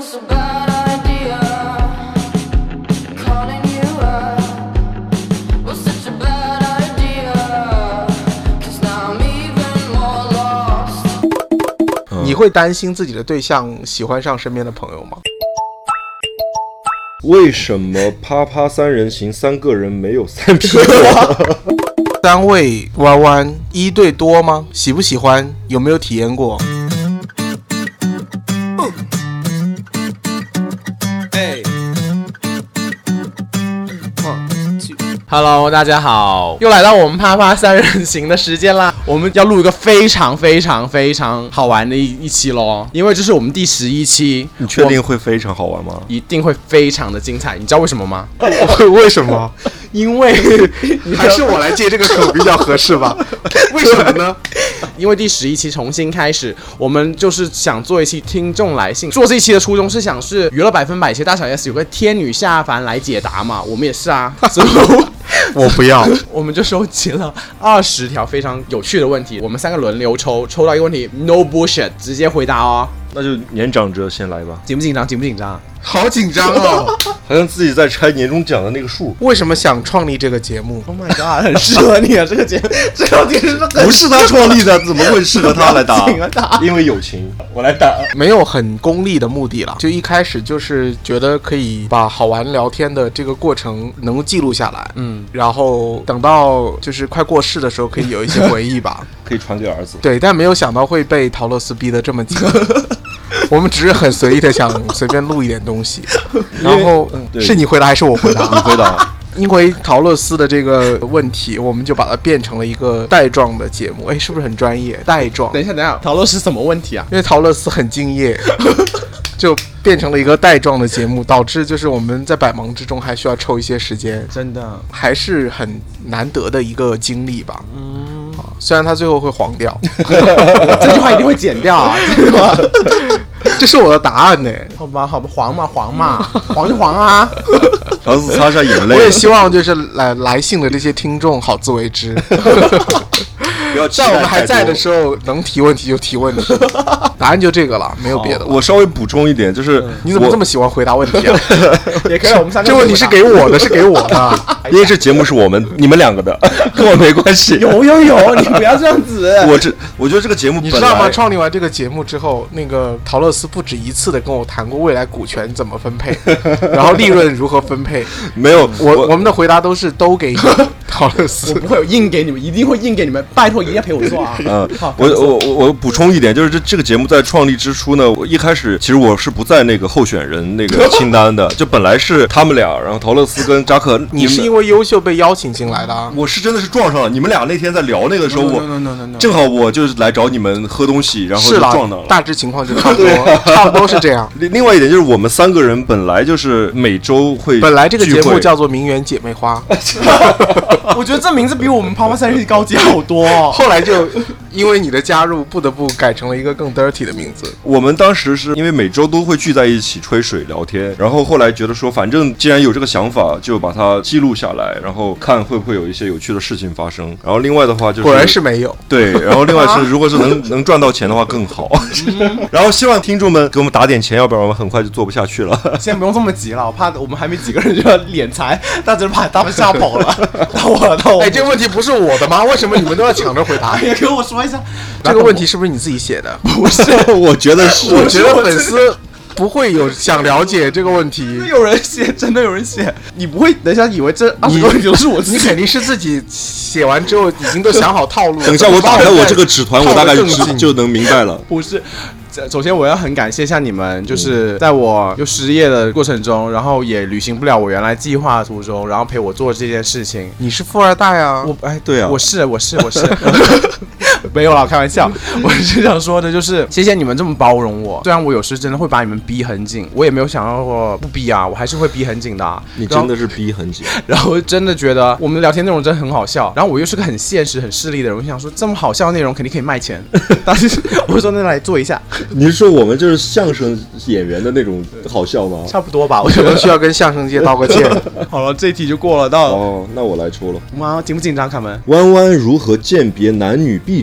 你会担心自己的对象喜欢上身边的朋友吗？ 为什么啪啪三人行三个人没有三匹马？ 三位弯弯一对多吗？喜不喜欢？有没有体验过 ？Hello， 大家好，又来到我们啪啪三人行的时间啦！我们要录一个非常非常非常好玩的一期咯，因为这是我们第11期。 你确定会非常好玩吗？ 一定会非常的精彩，你知道为什么吗？ 为什么？ 因为还是我来接这个口比较合适吧？为什么呢？ 因为第11期重新开始，我们就是想做一期听众来信。做这一期的初衷是想是娱乐100%期大小 S 有个天女下凡来解答嘛，我们也是啊，所以我不要， 我们就收集了20条非常有趣的问题，我们3个轮流抽到一个问题 ，no bullshit， 直接回答哦。 那就年长者先来吧。 紧不紧张？紧不紧张？ 好紧张哦， 好像自己在拆年终奖的那个数。 为什么想创立这个节目 ？Oh my god， 很适合你啊！这个节目，这个电视不是他创立的，怎么会适合他来答？因为友情，我来答。 没有很功利的目的了，就一开始就是觉得可以把好玩聊天的这个过程能够记录下来，然后等到就是快过世的时候可以有一些回忆吧， 可以传给儿子。 对，但没有想到会被陶乐斯逼得这么紧。我们只是很随意的想随便录一点东西，然后是你回答还是我回答？ 你回答。 因为陶乐斯的这个问题，我们就把它变成了一个带状的节目。哎，是不是很专业？带状。 等一下，陶乐斯什么问题啊？ 因为陶乐斯很敬业，就变成了一个带状的节目，导致就是我们在百忙之中还需要抽一些时间， 真的还是很难得的一个经历吧。虽然他最后会黄掉， 这句话一定会剪掉啊！ 这是我的答案呢。 好吧，黄嘛，黄就黄啊。 桃子擦下眼泪。 我也希望就是来信的这些听众好自为之。在我们还在的时候，能提问题就提问题，答案就这个了，没有别的了。 我稍微补充一点，就是你怎么这么喜欢回答问题啊？ 也可以，我们3个这问题是给我的，是给我的， 因为这节目是你们2个的，跟我没关系。 有，你不要这样子。 我觉得这个节目， 你知道吗？创立完这个节目之后，那个陶乐斯不止一次的跟我谈过未来股权怎么分配，然后利润如何分配。 没有， 我们的回答都是都给陶乐斯， 我不会有硬给你们，一定会硬给你们，拜托一定要陪我做啊。 我补充一点，就是这个节目在创立之初呢，我一开始其实我是不在那个候选人那个清单的，就本来是他们俩，然后陶乐斯跟扎克。 你是因为优秀被邀请进来的啊？ 我是真的是撞上了，你们俩那天在聊那个时候，正好我就是来找你们喝东西，然后就撞到了。 大致情况就差不多，差不多是这样。 另外一点就是我们3个人本来就是每周会， 本来这个节目叫做名媛姐妹花。 我觉得这名字比我们啪啪三人高级好多哦。 后来就因为你的加入，不得不改成了一个更 dirty 的名字。 我们当时是因为每周都会聚在一起吹水聊天，然后后来觉得说，反正既然有这个想法，就把它记录下来，然后看会不会有一些有趣的事情发生。然后另外的话就是， 果然是没有。对， 然后另外是，如果是能赚到钱的话更好。然后希望听众们给我们打点钱，要不然我们很快就做不下去了。 现在不用这么急了，我怕我们还没几个人就要敛财，大家把他们吓跑了。到我了。 哎，这个问题不是我的吗？为什么你们都要抢着回答？ 也跟我说一下， 这个问题是不是你自己写的？ 不是， 我觉得是。 我觉得粉丝不会有想了解这个问题。 有人写，真的有人写。你不会等一下以为这20个问题都是我自己？ 你肯定是自己写完之后已经都想好套路了。 等一下，我打开我这个纸团，我大概就能明白了。 不是。首先我要很感谢一下你们，就是在我就失业的过程中，然后也履行不了我原来计划途中，然后陪我做这件事情。 你是富二代啊！ 对啊， 我是没有啦，开玩笑。我是想说的就是谢谢你们这么包容我，虽然我有时真的会把你们逼很紧，我也没有想到过不逼啊，我还是会逼很紧的啊。 你真的是逼很紧。 然后真的觉得我们的聊天内容真的很好笑，然后我又是个很现实很势利的人，我想说这么好笑的内容肯定可以卖钱，当时我说那来做一下。 你是说我们就是相声演员的那种好笑吗？ 差不多吧， 我可能需要跟相声界道个歉。 好了，这一题就过了。到哦，那我来抽了。 妈，紧不紧张？卡门？ 弯弯如何鉴别男女 B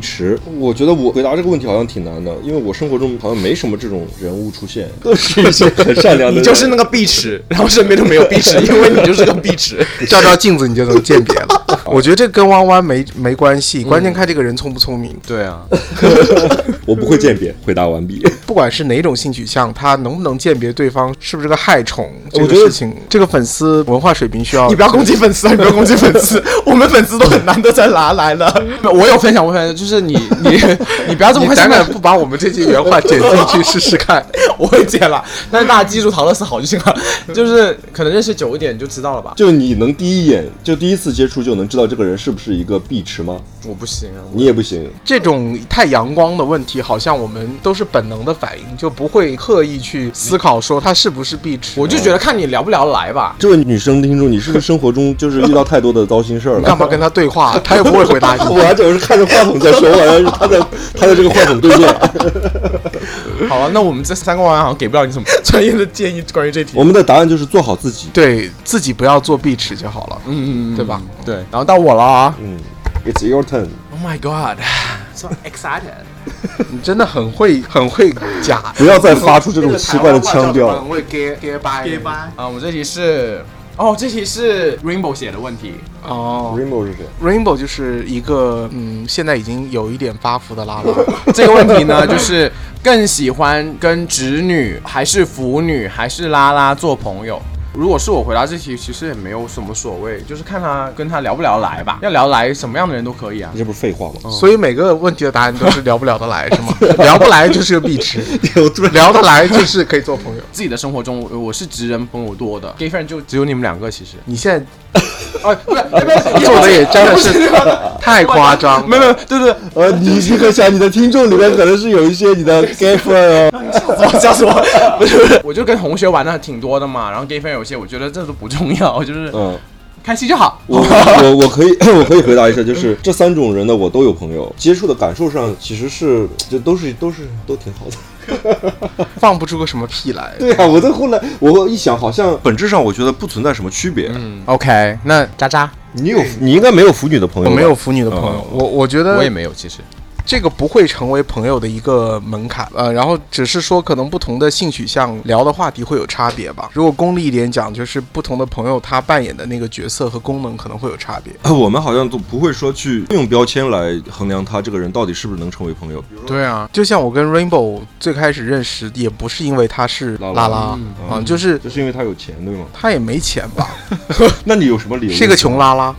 池，我觉得我回答这个问题好像挺难的，因为我生活中好像没什么这种人物出现，都是一些很善良的人。 你就是那个碧池，然后身边都没有碧池，因为你就是个碧池。 照照镜子你就能鉴别了。我觉得这跟弯弯没关系，关键看这个人聪不聪明。 对啊， 我不会鉴别。回答完毕。 不管是哪种性取向，他能不能鉴别对方是不是个害虫，这我觉得个事情，这个粉丝文化水平需要。 你不要攻击粉丝，你不要攻击粉丝，我们粉丝都很难得才拿来了。我有分享，就是你不要这么快。 你胆敢不把我们这些原话剪进去试试看？ 我会剪了，但是大家记住陶乐斯好就行了。就是可能认识久一点就知道了吧。 就你能第一眼就第一次接触就能知道这个人是不是一个碧池吗？ 我不行啊， 你也不行。 这种太阳光的问题，好像我们都是本能的反应，就不会刻意去思考说他是不是碧池。 我就觉得看你聊不聊得来吧。 这位女生听众，你是不是生活中就是遇到太多的糟心事儿了？ 干嘛跟他对话？他又不会回答你。 我还总是看着话筒在说，好像是他在这个话筒对面。 好了，那我们这3个娃娃好像给不了你什么专业的建议关于这题。 我们的答案就是做好自己， 对自己不要做碧池就好了。对吧？ 对，然后到我了啊。 It's your turn. Oh my god, so excited. 你真的很会假， 不要再发出这种奇怪的腔调。 很会 gay 掰。 啊，我这题是这题是 Rainbow 写的问题。 Rainbow 是谁 ？Rainbow 就是一个现在已经有一点发福的拉拉。 这个问题呢，就是更喜欢跟直女还是腐女还是拉拉做朋友？如果是我回答这题，其实也没有什么所谓，就是看他跟他聊不聊得来吧。要聊得来，什么样的人都可以啊。 这不是废话吗？ 所以每个问题的答案都是聊不聊得来，是吗？聊不来就是个碧池，聊得来就是可以做朋友。 自己的生活中，我是直人朋友多的 ，gay friend 就只有你们2个。其实你现在不是， 做的也真的是太夸张。 没有，对， 你可想你的听众里面可能是有一些你的 gay friend 哦。 吓死我！不是，我就跟同学玩的挺多的嘛，然后 gay friend 有些我觉得这都不重要，就是开心就好。 我可以回答一下，就是这3种人呢，我都有朋友，接触的感受上其实是就都挺好的。 放不出个什么屁来。 对啊，后来我一想，好像本质上我觉得不存在什么区别。 OK， 那渣渣， 你应该没有腐女的朋友吧？ 我没有腐女的朋友，我觉得我也没有，其实。 这个不会成为朋友的一个门槛，然后只是说可能不同的性取向聊的话题会有差别吧。如果功利一点讲，就是不同的朋友他扮演的那个角色和功能可能会有差别。 我们好像都不会说去用标签来衡量他这个人到底是不是能成为朋友。 对啊，就像我跟 Rainbow 最开始认识，也不是因为他是拉拉就是因为他有钱，对吗？ 他也没钱吧？ 那你有什么理由？ 是一个穷拉拉。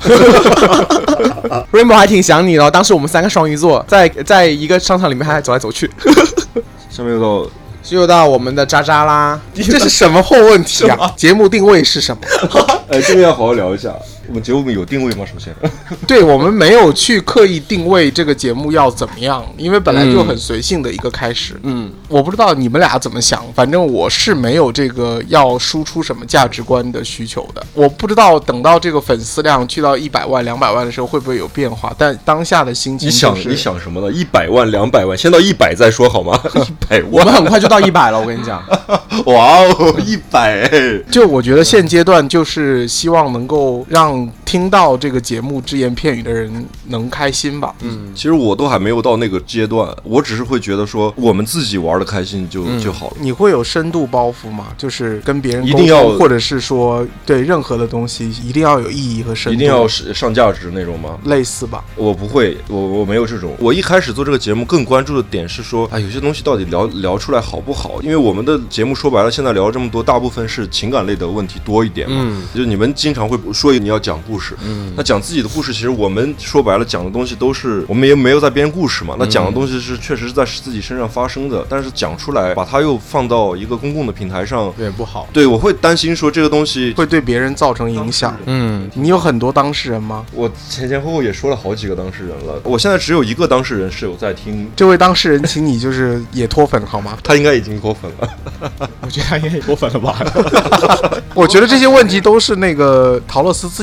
Rainbow 还挺想你的，当时我们3个双鱼座在一个商场里面还走来走去。 下面又到我们的渣渣啦， 这是什么破问题啊？节目定位是什么？ 这个要好好聊一下。我们节目有定位吗？首先， 对，我们没有去刻意定位这个节目要怎么样，因为本来就很随性的一个开始。我不知道你们俩怎么想，反正我是没有这个要输出什么价值观的需求的。我不知道等到这个粉丝量去到100万、200万的时候会不会有变化，但当下的心情、 你想什么呢？100万、200万，先到100再说好吗？100万， 我们很快就到100了，我跟你讲。 哇哦，100！ 就我觉得现阶段就是希望能够让听到这个节目只言片语的人能开心吧。 其实我都还没有到那个阶段，我只是会觉得说我们自己玩的开心就好了。 你会有深度包袱吗？就是跟别人一定要， 或者是说对任何的东西一定要有意义和深度， 一定要上价值那种吗？ 类似吧。 我不会，我没有这种。我一开始做这个节目更关注的点是说，有些东西到底聊出来好不好？因为我们的节目说白了，现在聊了这么多，大部分是情感类的问题多一点嘛。就你们经常会说你要讲故事，那讲自己的故事，其实我们说白了讲的东西都是我们也没有在编故事嘛。那讲的东西是确实是在自己身上发生的，但是讲出来把它又放到一个公共的平台上， 有点不好。 对，我会担心说这个东西会对别人造成影响。你有很多当事人吗？ 我前后也说了好几个当事人了，我现在只有一个当事人是有在听。 这位当事人，请你就是也脱粉好吗？ 他应该已经脱粉了。 我觉得他应该也脱粉了吧。 我觉得这些问题都是那个陶乐斯自己编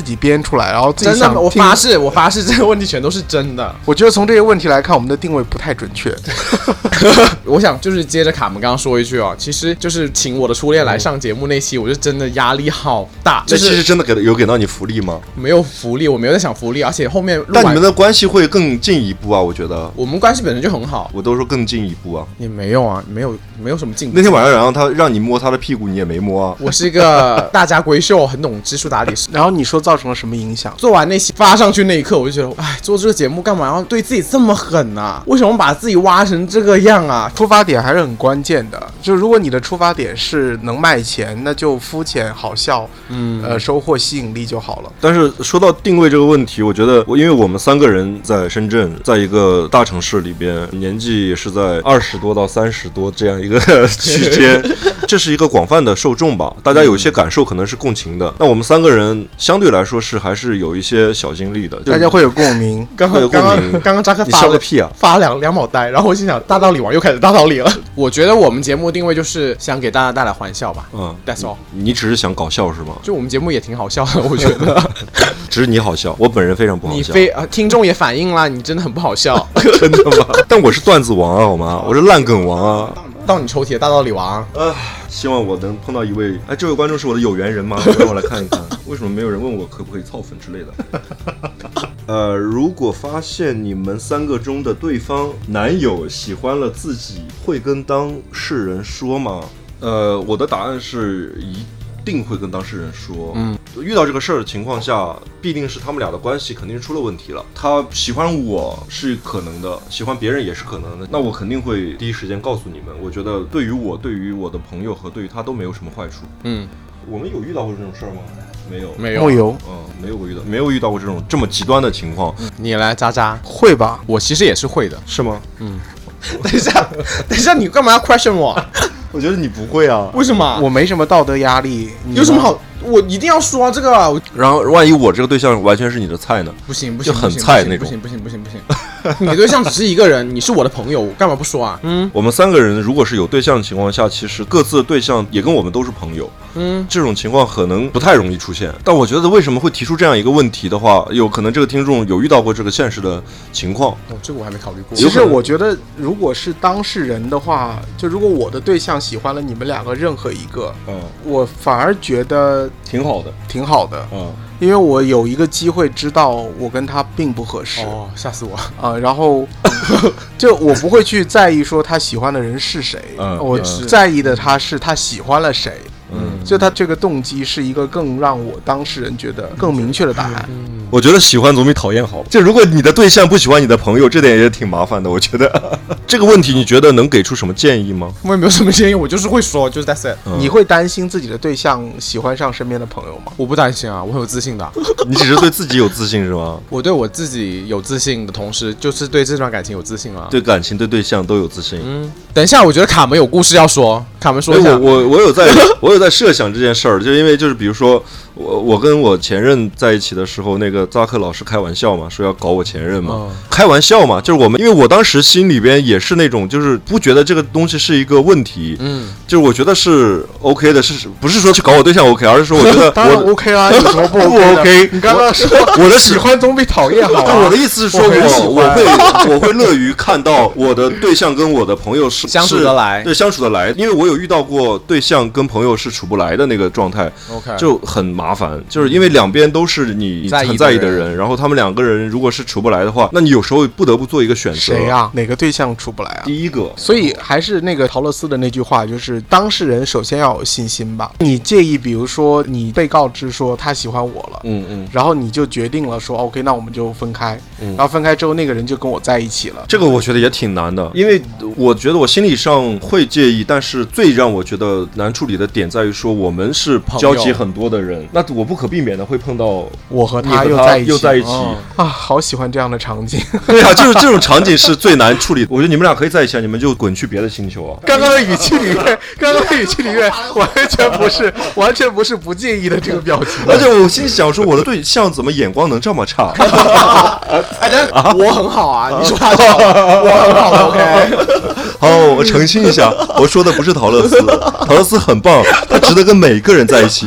编出来，然后自己真的， 想听。 我发誓，这个问题全都是真的。 我觉得从这些问题来看，我们的定位不太准确。 我想就是接着卡门刚刚说一句哦，其实就是请我的初恋来上节目那期，我就真的压力好大。 这期是真的有给到你福利吗？ 没有福利，我没有在想福利，而且后面录完但你们的关系会更进一步啊，我觉得。 我们关系本身就很好。 我都说更进一步啊。 也没有啊，没有什么进步。 那天晚上让你摸他的屁股，你也没摸啊。 我是一个大家闺秀，很懂知书达理。 然后你说造成了什么影响？ 做完那期发上去那一刻，我就觉得，哎，做这个节目干嘛要对自己这么狠啊？为什么把自己挖成这个样啊？ 出发点还是很关键的。就如果你的出发点是能卖钱，那就肤浅好笑，收获吸引力就好了。 但是说到定位这个问题，我觉得因为我们3个人在深圳，在一个大城市里边，年纪也是在20多到30多这样一个区间，这是一个广泛的受众吧。大家有一些感受可能是共情的。那我们3个人相对来说还是有一些小经历的， 大家会有共鸣。 刚刚扎克你笑个屁啊！ 发了两毛呆，然后我心想大道理王又开始大道理了。我觉得我们节目定位就是想给大家带来欢笑吧。That's all。 你只是想搞笑是吗？ 就我们节目也挺好笑的，我觉得。 只是你好笑，我本人非常不好笑。 听众也反映了，你真的很不好笑。 真的吗？但我是段子王啊，好吗？我是烂梗王啊。 到你抽屉的大道理王。 希望我能碰到一位，这位观众是我的有缘人吗？让我来看一看，为什么没有人问我可不可以操粉之类的？如果发现你们3个中的对方男友喜欢了自己，会跟当事人说吗？我的答案是一定会跟当事人说。遇到这个事儿的情况下，必定是他们俩的关系肯定是出了问题了。他喜欢我是可能的，喜欢别人也是可能的，那我肯定会第一时间告诉你们。我觉得对于我的朋友和对于他都没有什么坏处。我们有遇到过这种事儿吗？没有。 没有遇到过这么极端的情况。 你来渣渣会吧？ 我其实也是会的。 是吗？ 等一下，你干嘛要 question 我？ 我觉得你不会啊。 为什么？ 我没什么道德压力。 有什么好？我一定要说这个。 然后万一我这个对象完全是你的菜呢？ 不行， 就很菜那种。 不行。你对象只是一个人，你是我的朋友，我干嘛不说啊？ 我们3个人如果是有对象的情况下，其实各自的对象也跟我们都是朋友。这种情况可能不太容易出现。但我觉得为什么会提出这样一个问题的话，有可能这个听众有遇到过这个现实的情况。 这个我还没考虑过。 其实我觉得，如果是当事人的话，就如果我的对象喜欢了你们2个任何一个，我反而觉得挺好的。 因为我有一个机会知道我跟他并不合适。 吓死我然后就我不会去在意说他喜欢的人是谁，我在意的他喜欢了谁。就他这个动机是一个更让我当事人觉得更明确的答案。 我觉得喜欢总比讨厌好。就如果你的对象不喜欢你的朋友，这点也挺麻烦的。我觉得这个问题，你觉得能给出什么建议吗？ 我也没有什么建议，我就是会说，就是 that's it。 你会担心自己的对象喜欢上身边的朋友吗？ 我不担心啊，我很有自信的。 你只是对自己有自信是吗？ 我对我自己有自信的同时，就是对这段感情有自信啊。 对感情、对对象都有自信。 等一下，我觉得卡门有故事要说，卡门说一下。 我有在设想这件事儿，就因为就是比如说。我跟我前任在一起的时候，那个扎克老师开玩笑嘛，说要搞我前任嘛，开玩笑嘛，就是因为我当时心里边也是那种，就是不觉得这个东西是一个问题，就是我觉得是 OK 的，不是说去搞我对象 OK， 而是说我觉得当然 OK 啦，有什么不 OK？ 你刚刚说我的喜欢总比讨厌好啊。 我的意思是说我会乐于看到我的对象跟我的朋友是相处得来， 对，相处得来，因为我有遇到过对象跟朋友是处不来的那个状态，就很麻烦，就是因为两边都是你很在意的人，然后他们2个人如果是处不来的话，那你有时候不得不做一个选择。 谁啊？哪个对象处不来啊？ 第一个。 所以还是那个陶乐斯的那句话，就是当事人首先要有信心吧。你介意，比如说你被告知说他喜欢我了，然后你就决定了说 OK， 那我们就分开，然后分开之后那个人就跟我在一起了。 这个我觉得也挺难的，因为我觉得我心理上会介意，但是最让我觉得难处理的点在于说我们是交集很多的人，那我不可避免的会碰到我和他又在一起啊，好喜欢这样的场景。 对啊，就是这种场景是最难处理。我觉得你们俩可以在一起，你们就滚去别的星球啊。 刚刚的语气里面完全不是不介意的这个表情。 而且我心想说，我的对象怎么眼光能这么差？ 我很好啊，你说他好，我很好 ，OK。 好，我澄清一下，我说的不是陶乐斯，陶乐斯很棒，他值得跟每个人在一起。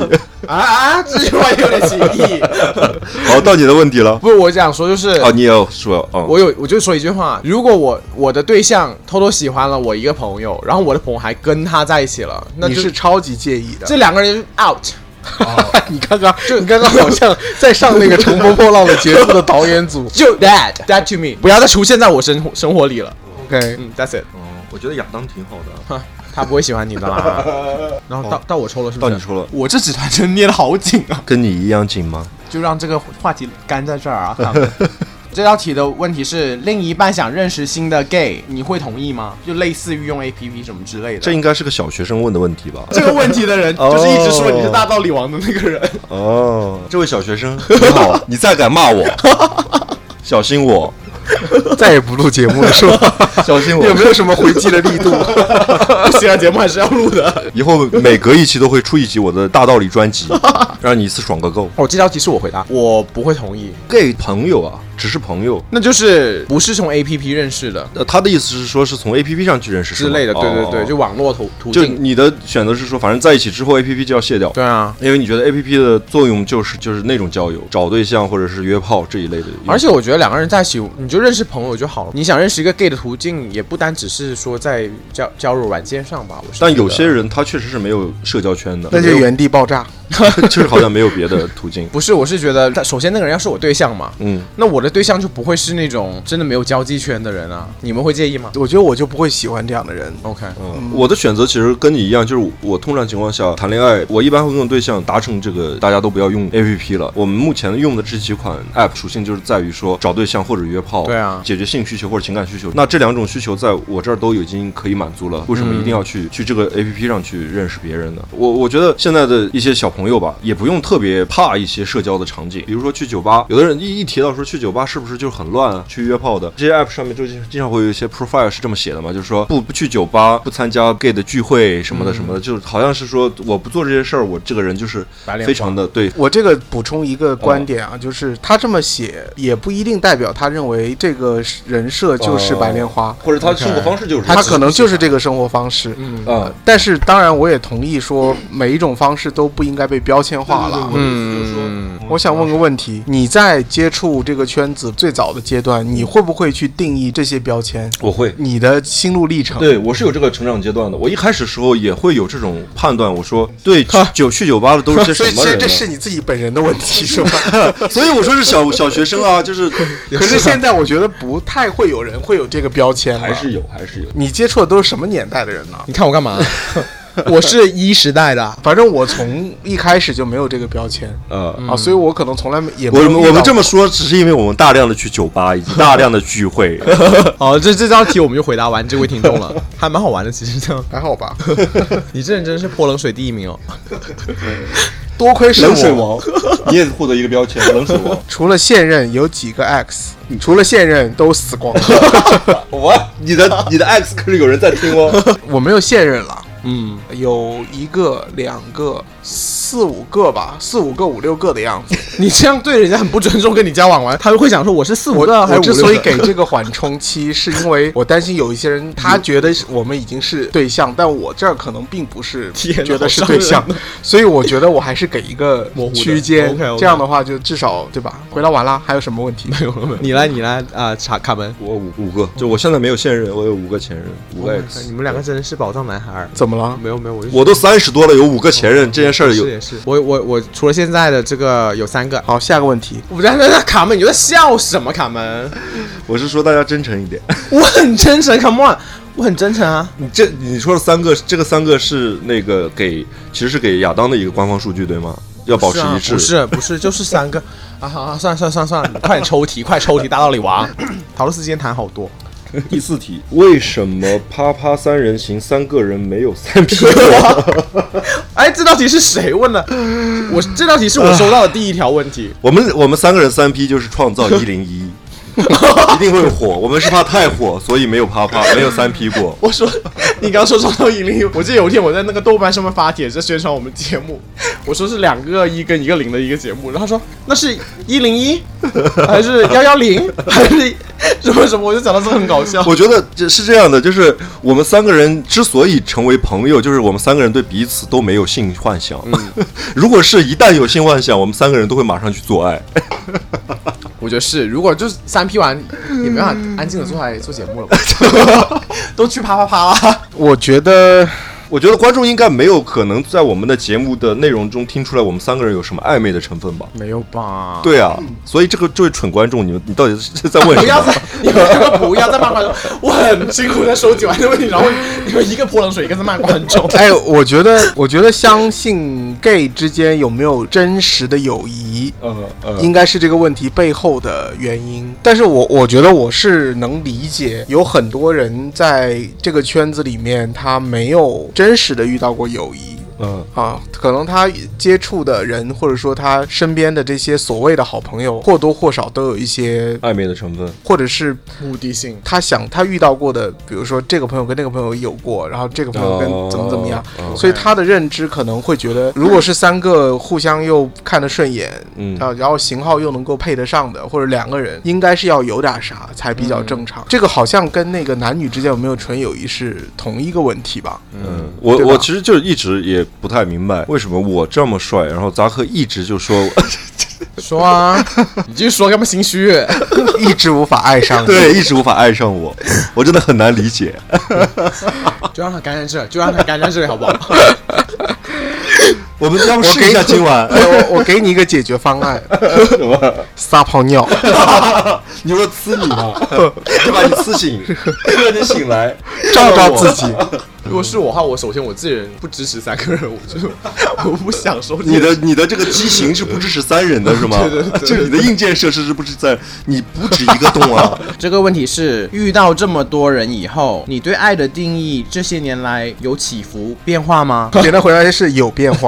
这句话有点歧义。 好，到你的问题了。 不是我想说，就是你也要说我就说一句话：如果我的对象偷偷喜欢了我一个朋友，然后我的朋友还跟他在一起了，那你是超级介意的。 这两个人 out。 你刚刚好像在上那个《乘风破浪的杰夫》的导演组， 就 that to me， 不要再出现在我生活里了。 OK，that's it。 我觉得亚当挺好的。 他不会喜欢你的啦。然后到我抽了，是不是？ 到你抽了。 我这纸团真捏得好紧啊！ 跟你一样紧吗？ 就让这个话题干在这儿啊。这道题的问题是：另一半想认识新的 gay， 你会同意吗？就类似于用 APP 什么之类的。 这应该是个小学生问的问题吧？ 这个问题的人就是一直说你是大道理王的那个人。 这位小学生你好，你再敢骂我，小心我。 再也不录节目了是吧？ 小心我。 有没有什么回击的力度？ 不行啊，节目还是要录的。 以后每隔一期都会出一集我的大道理专辑，让你一次爽个够。 这道题是我回答，我不会同意。 gay 朋友啊，只是朋友， 那就是不是从 APP 认识的。 他的意思是说是从 APP 上去认识之类的，对，就网络途径。 就你的选择是说，反正在一起之后 APP 就要卸掉。 对啊， 因为你觉得 APP 的作用就是那种交友，找对象或者是约炮这一类的。 而且我觉得两个人在一起，你就认识朋友就好了。你想认识一个 gay 的途径，也不单只是说在交友软件上吧。 但有些人他确实是没有社交圈的， 那就原地爆炸。 就是好像没有别的途径。 不是，我是觉得首先那个人要是我对象嘛，那我的对象就不会是那种真的没有交际圈的人啊。你们会介意吗？ 我觉得我就不会喜欢这样的人。 OK， 我的选择其实跟你一样，就是我通常情况下谈恋爱，我一般会跟对象达成这个大家都不要用 APP 了。我们目前用的这几款 App 属性就是在于说找对象或者约炮， 对啊， 解决性需求或者情感需求。那这两种需求在我这儿都已经可以满足了，为什么一定要去这个 APP 上去认识别人呢？我觉得现在的一些小朋友吧，也不用特别怕一些社交的场景，比如说去酒吧，有的人一提到说去酒吧是不是就是很乱啊？去约炮的这些 App 上面就经常会有一些 profile 是这么写的嘛，就是说不去酒吧，不参加 gay 的聚会什么的什么的，就好像是说我不做这些事儿，我这个人就是非常的对。 我这个补充一个观点啊，就是他这么写也不一定代表他认为这个人设就是白莲花， 或者他生活方式就是他可能就是这个生活方式。但是当然我也同意说每一种方式都不应该被标签化了。我想问个问题，你在接触这个圈子最早的阶段，你会不会去定义这些标签？ 我会。 你的心路历程？ 对，我是有这个成长阶段的。我一开始时候也会有这种判断，我说对，去酒吧的都是些什么人？ 所以其实这是你自己本人的问题，是吧？ 所以我说是小学生啊，就是。 可是现在我觉得不太会有人会有这个标签， 还是有。 你接触的都是什么年代的人呢？ 你看我干嘛？我是一时代的， 反正我从一开始就没有这个标签，所以我可能从来也没有。 我们这么说，只是因为我们大量的去酒吧以及大量的聚会。 好，这道题我们就回答完这位听众了，还蛮好玩的，其实这样还好吧？ 你这人真是泼冷水第一名哦。 多亏是冷水王，你也获得一个标签，冷水王。 除了现任有几个 X， 除了现任都死光了。 你的 X 可是有人在听哦。 我没有现任了。有1个、2个、4、5个吧，4、5个、5、6个的样子。 你这样对人家很不尊重，跟你交往完，他会想说我是4、5个还是5、6个。 我之所以给这个缓冲期，是因为我担心有一些人他觉得我们已经是对象，但我这儿可能并不是觉得是对象，所以我觉得我还是给一个区间，这样的话就至少对吧？回答完了，还有什么问题？ 没有了。你来啊，卡门。 我5个，就我现在没有现任，我有5个前任，5个 X。 你们2个真的是宝藏男孩。 怎么了？ 没有， 我都30多了，有5个前任，这件事儿也是。我除了现在的这个有3个。 好，下个问题。 我在卡门，你在笑什么？卡门， 我是说大家真诚一点。 我很真诚 ，Come on， 我很真诚啊。 你说了3个，这个3个是那个其实是给亚当的一个官方数据对吗？要保持一致。 不是，就是3个啊。好，算了，快点抽题，大道理王。讨论时间谈好多。 第4题，为什么啪啪3人行3个人没有3P？ 哎，这道题是谁问的？这道题是我收到的第一条问题。 我们3个人3P就是创造101。 一定会火。我们是怕太火，所以没有啪啪，没有3P 过。 我说你刚说创造101，我记得有一天我在那个豆瓣上面发帖子宣传我们节目，我说是2个1跟1个0的一个节目，然后他说那是101还是110还是什么什么，我就讲到这很搞笑。 我觉得是这样的，就是我们3个人之所以成为朋友，就是我们3个人对彼此都没有性幻想。如果是一旦有性幻想，我们3个人都会马上去做爱。 我觉得是，如果就是3P 完也没办法安静的坐下来做节目了吧，都去啪啪啪了。 我觉得观众应该没有可能在我们的节目的内容中听出来我们3个人有什么暧昧的成分吧？ 没有吧？ 对啊，所以这位蠢观众，你到底是在问什么？ 你们不要再骂观众，我很辛苦在收集完这个问题，然后你们一个泼冷水，一个在骂观众。 哎，我觉得相信 gay 之间有没有真实的友谊，应该是这个问题背后的原因。但是我觉得我是能理解，有很多人在这个圈子里面，他没有真实的遇到过友谊。可能他接触的人，或者说他身边的这些所谓的好朋友，或多或少都有一些暧昧的成分， 或者是目的性。 他遇到过的，比如说这个朋友跟那个朋友有过，然后这个朋友跟怎么样，所以他的认知可能会觉得，如果是3个互相又看得顺眼，然后型号又能够配得上的，或者2个人应该是要有点啥才比较正常。这个好像跟那个男女之间有没有纯友谊是同一个问题吧？ 我其实就一直也不太明白为什么我这么帅，然后扎克一直就说说啊，你继续说，干嘛心虚？ 一直无法爱上你， 对，一直无法爱上我，我真的很难理解。 就让他干在这，就让他干在这里，好不好？ 我们要不试一下今晚？ 我给你一个解决方案。 什么？ 撒泡尿。 你说呲你吗？就把你呲醒，让你醒来， 照自己。 如果是我的话，我首先我自己人不支持3个人，我不享受你的这个机型是不支持3人的是吗？对，就是你的硬件设施是不支持你不止一个洞啊。 这个问题是遇到这么多人以后，你对爱的定义这些年来有起伏变化吗？ 简单回答是有变化。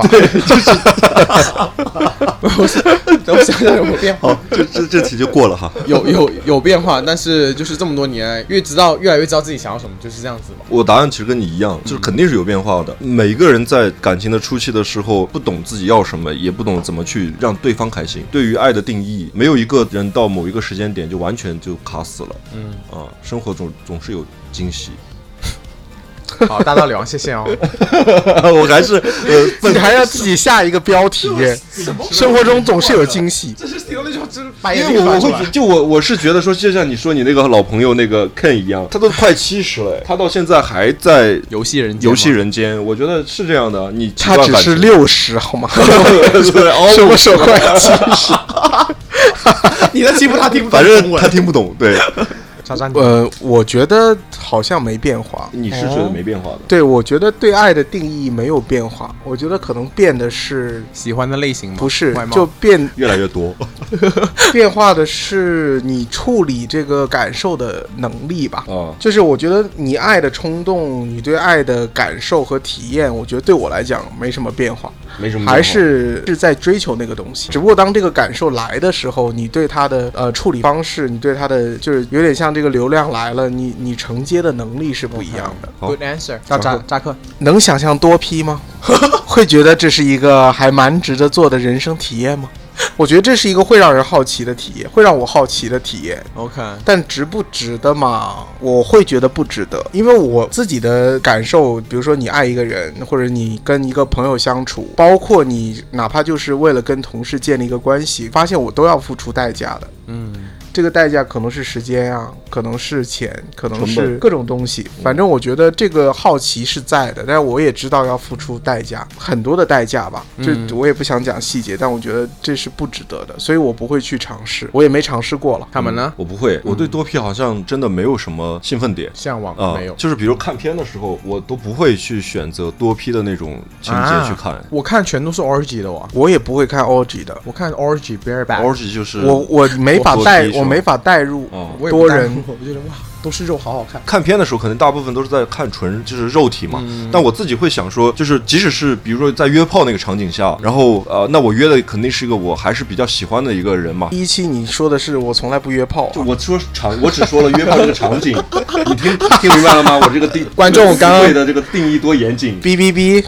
我想想有没有变化。 好，这题就过了哈。 有变化，但是就是这么多年越来越知道自己想要什么，就是这样子吧。 我答案其实跟你一样，就是肯定是有变化的。每个人在感情的初期的时候，不懂自己要什么，也不懂怎么去让对方开心。对于爱的定义，没有一个人到某一个时间点就完全就卡死了。生活中总是有惊喜。 好，大道理王，谢谢哦。 我还是你还要自己下一个标题耶。生活中总是有惊喜。 这是听了就真白眼。 因为我是觉得说，就像你说你那个老朋友那个 Ken 一样，他都快70了，他到现在还在游戏人间。 我觉得是这样的。 他只是60好吗？什么时候快70？ 你在欺负他听不懂， 反正他听不懂。对。 我觉得好像没变化。 你是觉得没变化的？ 对，我觉得对爱的定义没有变化。我觉得可能变的是喜欢的类型吗？ 不是，就变越来越多。 变化的是你处理这个感受的能力吧。就是我觉得你爱的冲动，你对爱的感受和体验，我觉得对我来讲没什么变化。 没什么， 还是在追求那个东西。只不过当这个感受来的时候，你对它的处理方式，你对它的就是有点像这个流量来了，你承接的能力是不一样的。 Good answer。扎克， 能想象多批吗？会觉得这是一个还蛮值得做的人生体验吗？我觉得这是一个会让人好奇的体验，会让我好奇的体验。 OK， 但值不值得嘛？我会觉得不值得，因为我自己的感受，比如说你爱一个人，或者你跟一个朋友相处，包括你哪怕就是为了跟同事建立一个关系，发现我都要付出代价的。这个代价可能是时间啊，可能是钱，可能是各种东西。反正我觉得这个好奇是在的，但是我也知道要付出代价，很多的代价吧。这我也不想讲细节，但我觉得这是不值得的，所以我不会去尝试，我也没尝试过了。 他们呢？ 我不会，我对多批好像真的没有什么兴奋点、 向往没有。 就是比如看片的时候，我都不会去选择多批的那种情节去看。 我看全都是 orgy 的哇， 我也不会看 orgy 的。 我看 orgy bareback。 orgy 就是我没法代入。多人， 我觉得哇， 都是肉，好好看。 看片的时候可能大部分都是在看纯就是肉体嘛，但我自己会想说，就是即使是比如说在约炮那个场景下，然后那我约的肯定是一个我还是比较喜欢的一个人嘛。 第一期你说的是我从来不约炮， 就我说我只说了约炮这个场景，你听明白了吗？我这个观众刚刚的这个定义多严谨。 哔哔哔。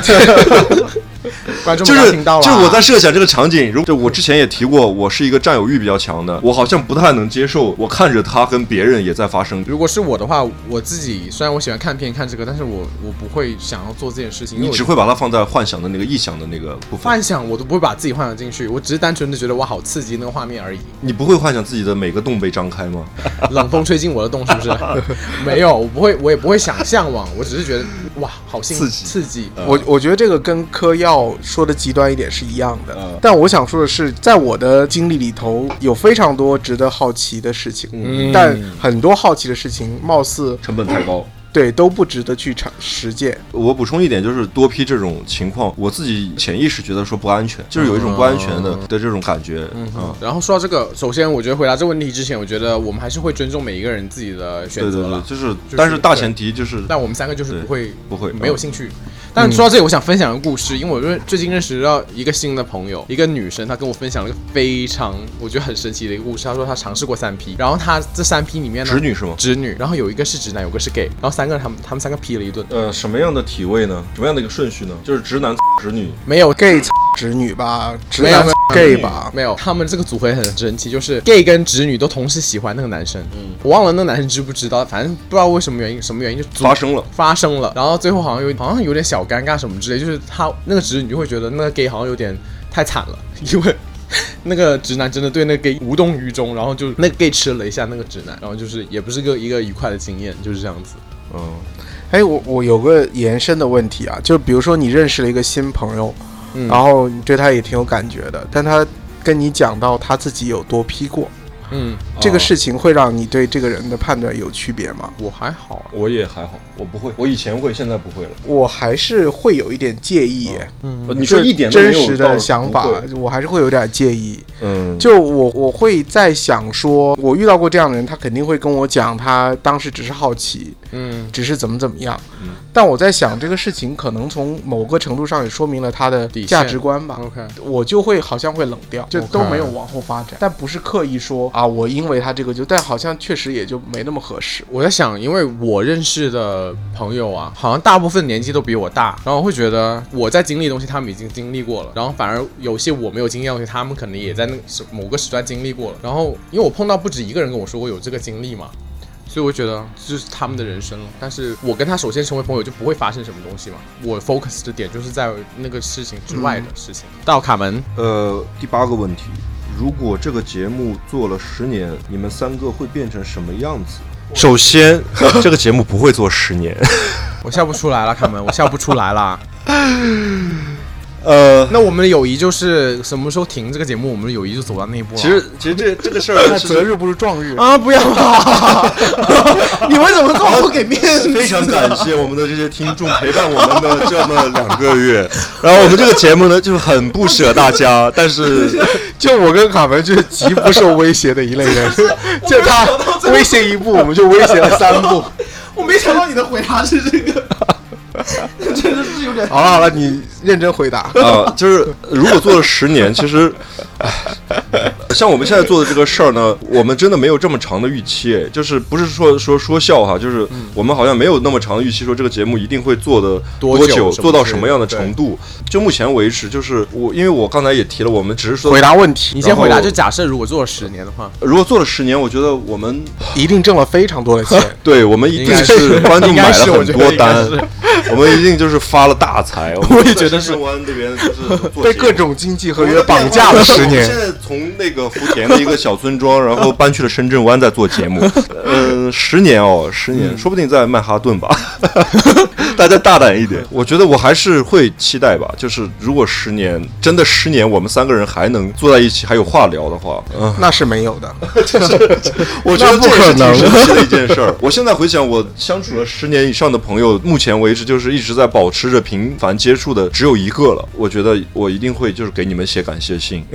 观众刚听到了， 就是我在设想这个场景，就我之前也提过，我是一个占有欲比较强的，我好像不太能接受我看着他跟别人也在发生。 如果是我的话，我自己虽然我喜欢看片看这个，但是我不会想要做这件事情。 你只会把它放在幻想的那个臆想的那个部分。 幻想我都不会把自己幻想进去，我只是单纯的觉得哇好刺激那个画面而已。 你不会幻想自己的每个洞被张开吗？ 冷风吹进我的洞是不是？没有，我不会，我也不会想向往，我只是觉得哇好刺激。 我觉得这个跟嗑药说的极端一点是一样的，但我想说的是，在我的经历里头有非常多值得好奇的事情，但很多好奇的事情貌似成本太高。 对，都不值得去实践。 我补充一点，就是多批这种情况，我自己潜意识觉得说不安全，就是有一种不安全的这种感觉。 然后说到这个，首先我觉得回答这个问题之前，我觉得我们还是会尊重每一个人自己的选择了。 对，但是大前提就是， 但我们三个就是不会没有兴趣。但说到这里，我想分享一个故事，因为我最近认识到一个新的朋友，一个女生，她跟我分享了一个非常我觉得很神奇的一个故事。她说她尝试过3P，然后她这3P里面呢， 直女是吗？ 直女，然后有一个是直男，有个是 gay， 然后他们3个 P 了一顿。 什么样的体位呢？什么样的一个顺序呢？就是直男直女， 没有 gay 直女吧？直男 gay 吧？ 没有，他们这个组合很神奇，就是 gay 跟直女都同时喜欢那个男生。我忘了那个男生知不知道，反正不知道为什么原因就发生了，然后最后好像有点小尴尬什么之类，就是他那个直女就会觉得那个 gay 好像有点太惨了，因为那个直男真的对那个 gay 无动于衷，然后就那个 gay 吃了一下那个直男，然后就是也不是一个愉快的经验，就是这样子。 我有个延伸的问题啊，就比如说你认识了一个新朋友，然后你对他也挺有感觉的，但他跟你讲到他自己有多批过，这个事情会让你对这个人的判断有区别吗？ 我还好， 我也还好，我不会，我以前会，现在不会了。 我还是会有一点介意， 你说一点真实的想法，我还是会有点介意。就我会在想说，我遇到过这样的人，他肯定会跟我讲，他当时只是好奇，只是怎么样。但我在想，这个事情可能从某个程度上也说明了他的价值观吧。我就会好像会冷掉，就都没有往后发展，但不是刻意说啊，我因为他这个但好像确实也就没那么合适。 我在想，因为我认识的朋友啊，好像大部分年纪都比我大，然后我会觉得我在经历的东西他们已经经历过了，然后反而有些我没有经历的东西他们可能也在那某个时段经历过了，然后因为我碰到不止一个人跟我说过有这个经历嘛，所以我觉得这就是他们的人生了。但是我跟他首先成为朋友就不会发生什么东西嘛，我 focus 的点就是在那个事情之外的事情。到卡门， 第8个问题，如果这个节目做了10年，你们3个会变成什么样子？首先，这个节目不会做10年。 我笑不出来了，卡门，我笑不出来了。那我们的友谊就是什么时候停这个节目，我们的友谊就走到那一步了。 其实这个事儿， 择日不如撞日啊！不要吧，你们怎么这么不给面子？ 非常感谢我们的这些听众陪伴我们的这么2个月，然后我们这个节目呢就很不舍大家，但是就我跟卡门就是极不受威胁的一类人，就他威胁1步，我们就威胁了3步。 我没想到你的回答是这个。真的是有点好了，你认真回答就是如果做了10年，其实，像我们现在做的这个事儿呢，我们真的没有这么长的预期，就是不是说笑哈，就是我们好像没有那么长的预期，说这个节目一定会做的多久，做到什么样的程度。就目前为止，就是因为我刚才也提了，我们只是说回答问题， 你先回答。就假设如果做了10年的话， 如果做了10年，我觉得我们一定挣了非常多的钱。 对，我们一定是观众买了很多单。我们一定就是发了大财， 我也觉得是。 湾这边就是被各种经济合约绑架了10年。 现在从那个福田的一个小村庄，然后搬去了深圳湾，在做节目。10年，说不定在曼哈顿吧。大家大胆一点，我觉得我还是会期待吧。就是如果真的10年，我们3个人还能坐在一起，还有话聊的话， 那是没有的。 我觉得这也是挺神奇的一件事儿。我现在回想，我相处了10年以上的朋友，目前为止就是一直在保持着频繁接触的只有1个了。我觉得我一定会就是给你们写感谢信。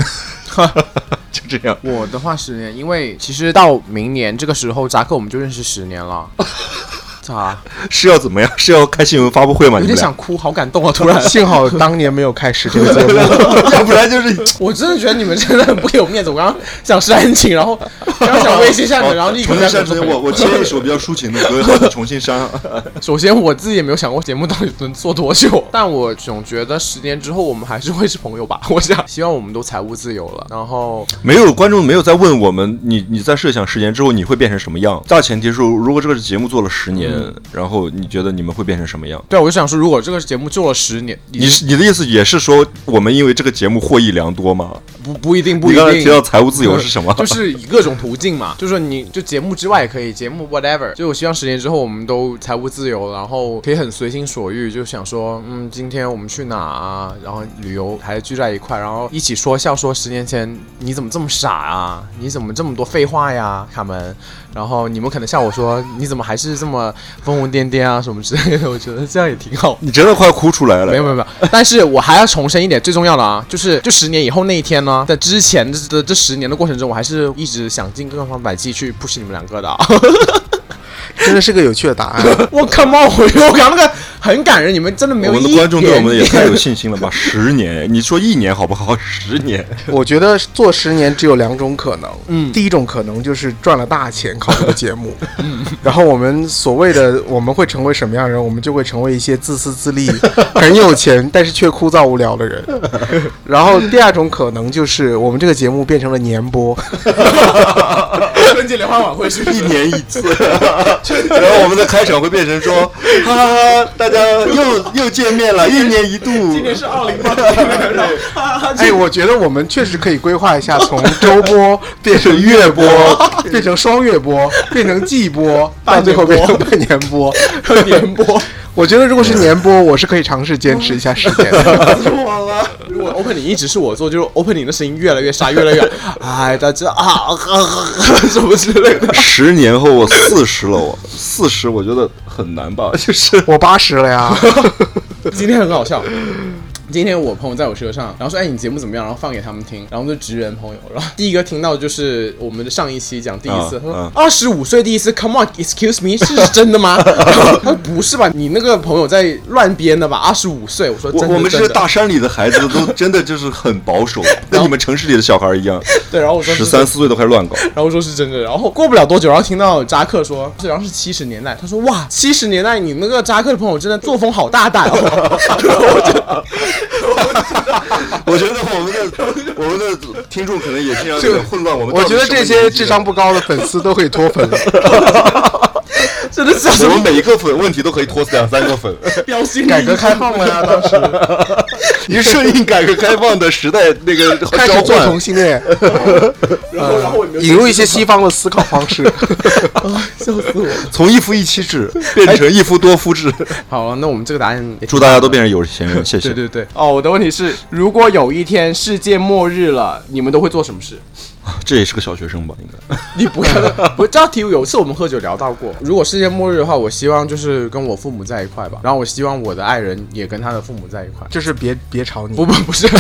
就这样。 我的话10年，因为其实到明年这个时候，扎克我们就认识10年了。咋？ 是要怎么样？是要开新闻发布会吗？ 有点想哭，好感动啊！突然， 幸好当年没有开始这个节目， 要不然就是我真的觉得你们真的很不给我面子。我刚刚想煽情，然后刚想微信下面，然后立刻重新删除。我切一首比较抒情的歌，然后重新删。 首先我自己也没有想过节目到底能做多久，但我总觉得10年之后我们还是会是朋友吧。我想，希望我们都财务自由了。然后没有观众没有在问我们，你在设想10年之后你会变成什么样？大前提是，如果这个节目做了10年。然后你觉得你们会变成什么样？ 对，我就想说，如果这个节目做了10年， 你的意思也是说，我们因为这个节目获益良多吗？ 不一定， 你刚才提到财务自由是什么？ 就是以各种途径嘛，就是说你就节目之外也可以，节目 whatever。就我希望10年之后我们都财务自由，然后可以很随心所欲，就想说，今天我们去哪啊？然后旅游还聚在一块，然后一起说笑，说10年前你怎么这么傻啊？你怎么这么多废话呀，卡门？然后你们可能笑我说，你怎么还是这么疯疯癫癫啊什么之类的？我觉得这样也挺好。 你真的快哭出来了。 没有，但是我还要重申一点，最重要的啊，就10年以后那一天呢，在之前的这10年的过程中，我还是一直想尽各方百计去 push 你们2个的。 真的是个有趣的答案。 我 come on， 我刚那个很感人，你们真的没有我们的观众对我们也太有信心了吧？10年，你说1年好不好？10年， 我觉得做10年只有2种可能。第一种可能就是赚了大钱靠这个节目，然后我们所谓的我们会成为什么样的人？我们就会成为一些自私自利、很有钱但是却枯燥无聊的人。然后第2种可能就是我们这个节目变成了年播， 春节联欢晚会是 1年1次。然后我们的开场会变成说，哈哈哈，大家又见面了，1年1度。 今年是2018年。 哎，我觉得我们确实可以规划一下，从周播变成月播，变成双月播，变成季播，到最后变成半年播、 年播。 我觉得如果是年播，我是可以尝试坚持一下时间的。 错了，如果 opening 一直是我做，就是 opening 的声音越来越沙，越来越，哎，大家什么之类的。 10年后我40了，40我觉得很难吧？就是我80了呀。 今天很好笑。今天我朋友在我车上，然后说：“哎，你节目怎么样？”然后放给他们听，然后就职员朋友，然后第一个听到就是我们的上一期讲第一次，他说25岁第一次 ，Come on，excuse me， 是真的吗？他说不是吧，你那个朋友在乱编的吧？25岁，我说真的， 我们这些大山里的孩子都真的就是很保守，跟你们城市里的小孩一样。 对，然后我说 13、14岁都开始乱搞， 然后说是真的，然后过不了多久，然后听到扎克说，好像是70年代，他说哇，70年代你那个扎克的朋友真的作风好大胆哦。 我觉得我们的听众可能也经常有点混乱。我觉得这些智商不高的粉丝都可以脱粉了。 真的是， 我们每一个粉问题都可以脱2、3个粉。 标新改革开放了呀，当时一顺应改革开放的时代那个开始做同性恋， 然后引入一些西方的思考方式。 笑死我！ 从一夫一妻制变成一夫多夫制。 好了，那我们这个答案祝大家都变成有钱人，谢谢。 对。哦，我的问题是，如果有一天世界末日了，你们都会做什么事？ 这也是个小学生吧，应该。 你不要，我这道题有一次我们喝酒聊到过。如果世界末日的话，我希望就是跟我父母在一块吧，然后我希望我的爱人也跟他的父母在一块。 就是别吵你。 不是，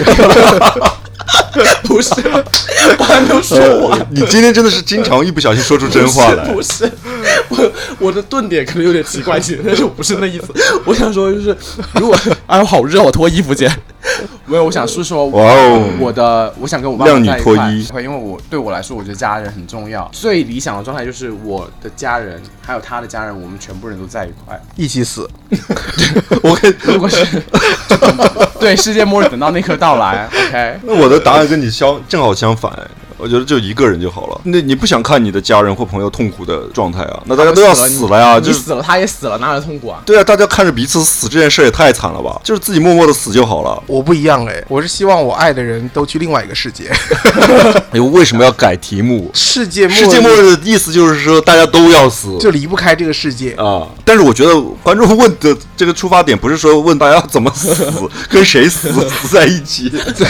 不是，我都说我。 你今天真的是经常一不小心说出真话来。 不是，我的顿点可能有点奇怪，但是我不是那意思。我想说就是，如果哎呦好热，我脱衣服先。没有，我想是说，我想跟我爸爸在一块，因为对我来说，我觉得家人很重要。最理想的状态就是我的家人还有他的家人，我们全部人都在一块， 一起死。 如果是对世界末日等到那刻到来 ，OK。 那我的答案跟你正好相反。我觉得就一个人就好了。那你不想看你的家人或朋友痛苦的状态啊？那大家都要死了呀！ 你死了，他也死了，哪有痛苦啊？ 对啊，大家看着彼此死这件事也太惨了吧！就是自己默默的死就好了。 我不一样哎，我是希望我爱的人都去另外一个世界。 为什么要改题目？ 世界世界末日的意思就是说大家都要死， 就离不开这个世界啊。但是我觉得观众问的这个出发点不是说问大家怎么死，跟谁死在一起，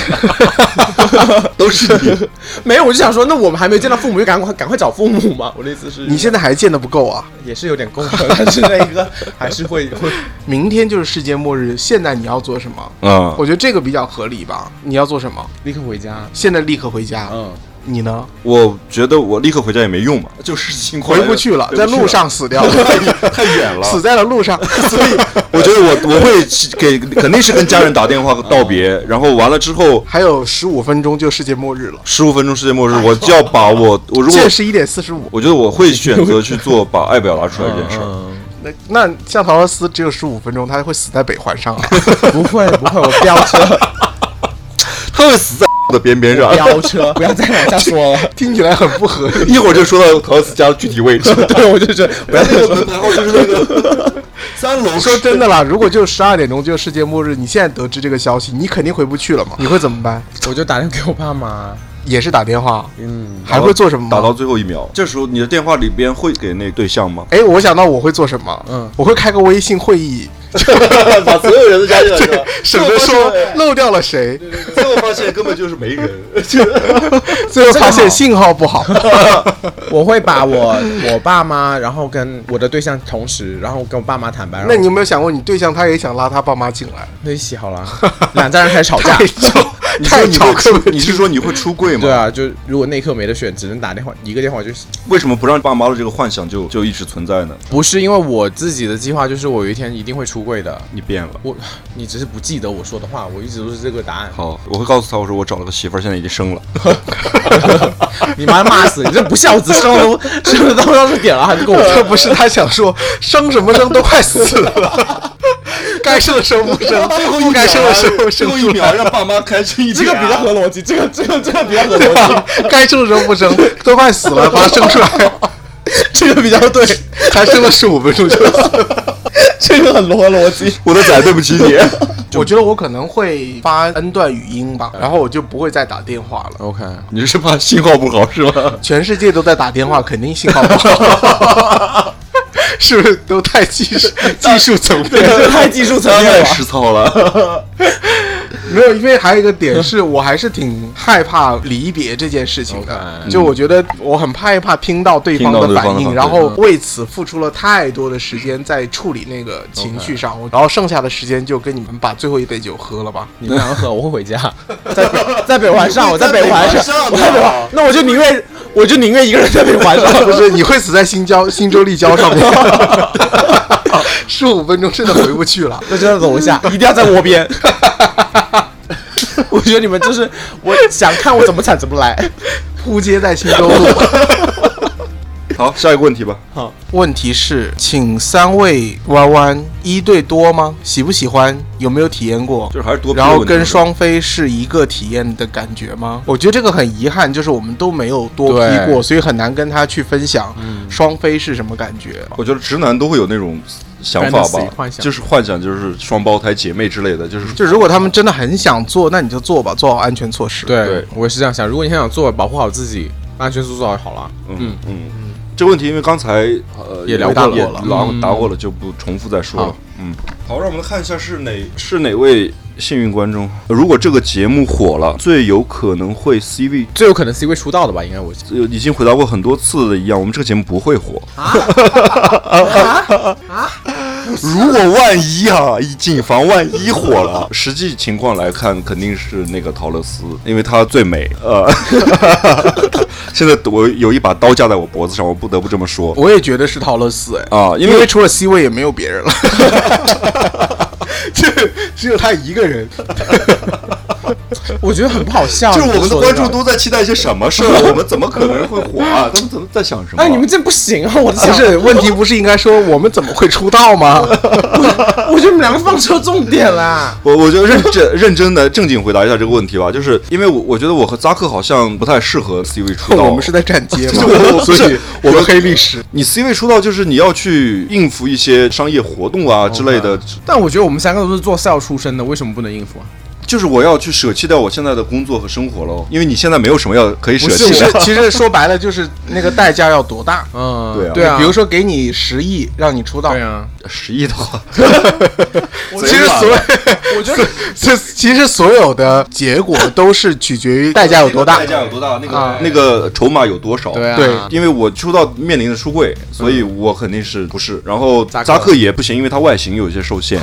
都是你。 没有，我就想说，那我们还没有见到父母，就赶快找父母嘛。我的意思是， 你现在还见得不够啊， 也是有点够了，但是那个还是会。 明天就是世界末日，现在你要做什么？我觉得这个比较合理吧。你要做什么？ 立刻回家。 现在立刻回家。你呢？ 我觉得我立刻回家也没用嘛，就是情况回不去了，在路上死掉了， 太远了， 死在了路上。 所以我觉得我会肯定是跟家人打电话道别，然后完了之后还有15分钟就世界末日了。 15分钟世界末日，我就要把我如果现在11:45， 我觉得我会选择去做把爱表达出来这件事儿。 那像陶乐斯只有15分钟，他会死在北环上啊？ 不会，我飙车， 他会死在的边边上。 飙车，不要再往下说了， 听起来很不合理。 一会儿就说到陶乐斯家的具体位置。 对，我就觉得不要那个门牌号就是那个3楼。 说真的啦，如果就12点钟就世界末日，你现在得知这个消息，你肯定回不去了嘛？你会怎么办？ 我就打电话给我爸妈。 也是打电话，还会做什么吗？ 打到最后1秒，这时候你的电话里边会给那对象吗？ 我想到我会做什么，我会开个微信会议， 把所有人都加进来， 省得说漏掉了谁。 最后发现根本就是没人， 最后发现信号不好。 我会把我爸妈，然后跟我的对象同时，然后跟我爸妈坦白。 那你有没有想过，你对象他也想拉他爸妈进来？ 那一起好了，两家人开始吵架。 你是说你会出柜吗？ 对啊，就如果那一刻没得选，只能打电话，一个电话就。 为什么不让爸妈的这个幻想就一直存在呢？ 不是因为我自己的计划，就是我有一天一定会出柜的。 你变了， 你只是不记得我说的话，我一直都是这个答案。 好，我会告诉他，我说我找了个媳妇儿，现在已经生了。 你妈骂死你，这不孝子，生的都要是点了，还不够。 这不是他想说，生什么生都快死了。该生的生不生，不该生的生最后1秒让爸妈开心一点。 这个比较合逻辑，这个比较合逻辑。 该生的生不生，都快死了，把它生出来， 这个比较对。 才生了15分钟就死了， 这个很合逻辑。 我的仔，对不起你。 我觉得我可能会发 N 段语音吧，然后我就不会再打电话了。 OK， 你是怕信号不好是吗？ 全世界都在打电话，肯定信号不好。是不是都太技术层面？ 对，太技术层面了， 太实操了。 没有，因为还有一个点是我还是挺害怕离别这件事情的。就我觉得我很害怕听到对方的反应，然后为此付出了太多的时间在处理那个情绪上，然后剩下的时间就跟你们把最后一杯酒喝了吧。 你们两个喝，我会回家。在北环上，我在北环上，那我就宁愿一个人在北环上。 不是，你会死在新洲立交上面。15分钟真的回不去了， 那就在楼下，一定要在窝边。我觉得你们就是我想看我怎么惨怎么来， 扑街在新洲路。 好，下一个问题吧。 好，问题是，请3位弯弯1对多吗？喜不喜欢？有没有体验过？ 就是还是多。 然后跟双飞是一个体验的感觉吗？我觉得这个很遗憾，就是我们都没有多批过，所以很难跟他去分享双飞是什么感觉。 我觉得直男都会有那种想法吧，就是幻想就是双胞胎姐妹之类的，就如果他们真的很想做，那你就做吧，做好安全措施。 对，我也是这样想。如果你很想做，保护好自己，安全措施做好了。 这个问题因为刚才也聊过了， 答过了，就不重复再说了。好，让我们看一下是哪位幸运观众。如果这个节目火了，最有可能会 C 位出道的吧？应该我已经回答过很多次的一样，我们这个节目不会火。如果万一以谨防万一火了，实际情况来看，肯定是那个陶乐斯，因为她最美。现在我有一把刀架在我脖子上，我不得不这么说。 我也觉得是陶乐斯因为除了 C 位也没有别人了，只有他一个人。 我觉得很不好笑。 就是我们的观众都在期待一些什么事儿，我们怎么可能会火啊？他们怎么在想什么？ 哎，你们这不行啊！我的不是问题，不是应该说我们怎么会出道吗？ 我觉得你们两个放错重点啦。 我就认真的正经回答一下这个问题吧，就是因为我觉得我和扎克好像不太适合 C 位出道。 我们是在站街嘛，所以我们黑历史。 你 C 位出道就是你要去应付一些商业活动啊之类的。 但我觉得我们3个都是做 sales 出身的，为什么不能应付啊？ 就是我要去舍弃掉我现在的工作和生活喽，因为你现在没有什么要可以舍弃的。 其实说白了就是那个代价要多大？ 对啊， 比如说给你10亿让你出道， 对啊 ，10亿的话， 我觉得其实所有的结果都是取决于代价有多大， 代价有多大，那个筹码有多少？ 对啊， 对， 因为我出道面临的出柜，所以我肯定是不是。然后扎克也不行，因为他外形有些受限。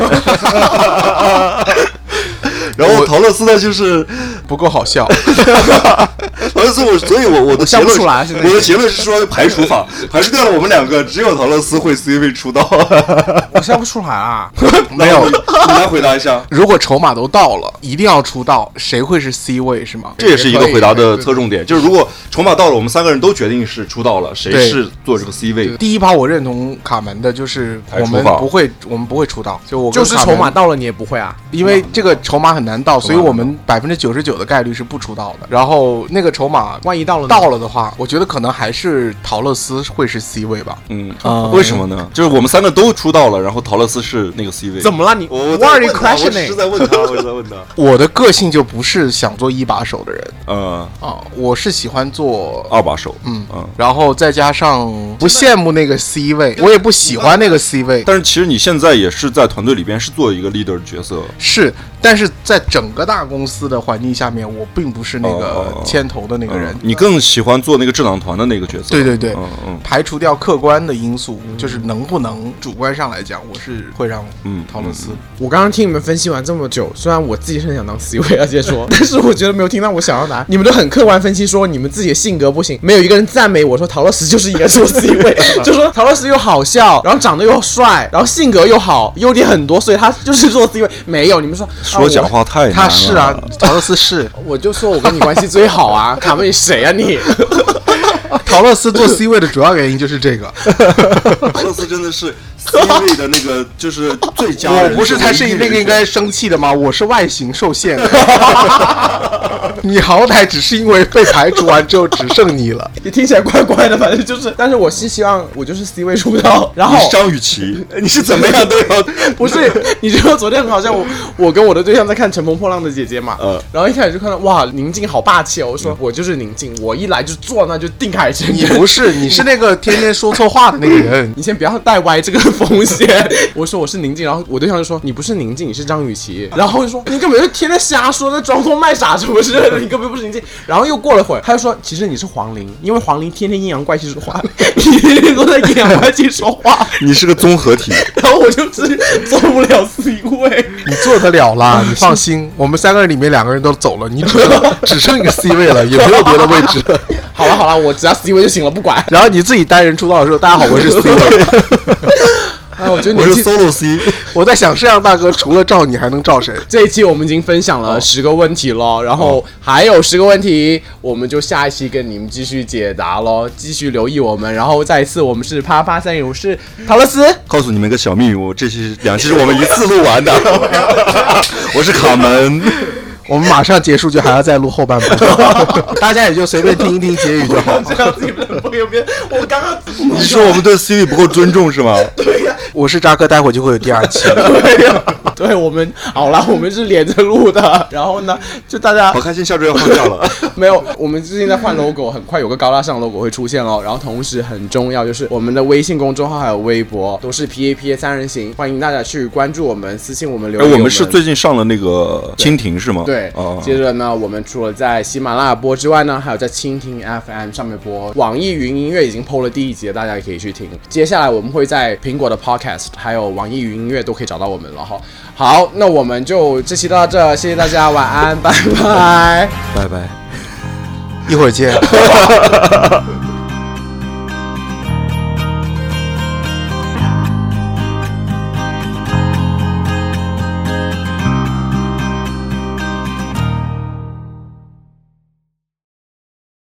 然后陶乐斯呢，就是不够好笑。 陶乐斯所以我的结论， 我的结论是说排除法，排除掉了我们2个，只有陶乐斯会 C 位出道。 我笑不出来啊。 没有， 你来回答一下。 如果筹码都到了，一定要出道，谁会是 C 位是吗？ 这也是一个回答的侧重点，就是如果筹码到了，我们3个人都决定是出道了，谁是做这个 C 位？ 第一趴我认同卡门的，就是我们不会出道， 就是筹码到了你也不会啊， 因为这个筹码很难到，所以我们99%的概率是不出道的。然后那个筹码万一到了的话，我觉得可能还是陶乐斯会是 C 位吧。 为什么呢？就是我们3个都出道了，然后陶乐斯是那个 C 位。 怎么了你？ 我是在问他， 我的个性就不是想做1把手的人，我是喜欢做 2把手， 然后再加上不羡慕那个 C 位，我也不喜欢那个 C 位。 但是其实你现在也是在团队里边是做一个 leader 的角色， 是，但是在整个大公司的环境下面，我并不是那个牵头的那个人。 你更喜欢做那个智囊团的那个角色。 对，排除掉客观的因素，就是能不能主观上来讲，我是会让陶乐斯。 我刚刚听你们分析完这么久，虽然我自己是很想当 C 位，而且说，但是我觉得没有听到我想要答案。你们都很客观分析说你们自己的性格不行，没有一个人赞美我说陶乐斯就是应该做 C 位，就说陶乐斯又好笑，然后长得又帅，然后性格又好，优点很多，所以他就是做 C 位。没有，你们说讲话太难了。 他是啊，陶乐斯是， 我就说我跟你关系最好啊，卡门你谁啊你？ 陶乐斯做 C 位的主要原因就是这个。 陶乐斯真的是 C 位的那个就是最佳人。 我不是他是那个应该生气的吗？我是外形受限的。你好歹只是因为被排除完之后只剩你了。 你听起来怪怪的，反正就是，但是我是希望我就是 C 位出不到。然后你是张雨绮，你是怎么样都要。 不是，你知道昨天很好像我跟我的对象在看《乘风破浪的姐姐》嘛，然后一开始就看到哇宁静好霸气哦，我说我就是宁静，我一来就坐那就定海神针。 你不是，你是那个天天说错话的那个人。 你先不要带歪这个风险。我说我是宁静，然后我对象就说你不是宁静，你是张雨绮，然后就说你根本就天天瞎说，那装疯卖傻是不是？你根本不是宁静。然后又过了会儿，他就说其实你是黄龄，因为黄龄天天阴阳怪气说话，你天天都在阴阳怪气说话， 你是个综合体。 然后我就是做不了 C 位。 你做得了啦，你放心，我们3个人里面2个人都走了，你只剩一个 C 位了，也没有别的位置了。 好了，我只要 C 位就行了，不管。 然后你自己单人出道的时候，大家好，我是 C 位。 我觉得我是 solo C。 我在想，摄像大哥除了照你还能照谁？ 这一期我们已经分享了10个问题了，然后还有10个问题，我们就下一期跟你们继续解答咯，继续留意我们。然后再一次，我们是啪啪3人，我是陶乐斯。 告诉你们一个小秘密，这期2期是我们一次录完的。我是卡门。 我们马上结束，就还要再录后半部，大家也就随便听一听结语就好。 这样子不有边，我刚刚你说我们对 C 位不够尊重是吗？ 对呀， 我是扎克，待会就会有第2期。 对呀，对我们好了，我们是连着录的。然后呢，就大家好开心，下周要放假了。 没有，我们最近在换 logo， 很快有个高大上的 logo 会出现了。然后同时很重要就是我们的微信公众号还有微博都是 PAPA 3人行，欢迎大家去关注我们，私信我们留言。 我们是最近上了那个蜻蜓是吗？ 对，接着呢，我们除了在喜马拉雅播之外呢，还有在蜻蜓 FM 上面播，网易云音乐已经 PO 了第1集了，大家也可以去听。接下来我们会在苹果的 Podcast 还有网易云音乐都可以找到我们了哈。好，那我们就这期到这，谢谢大家，晚安，拜拜， 拜拜， 一会儿见。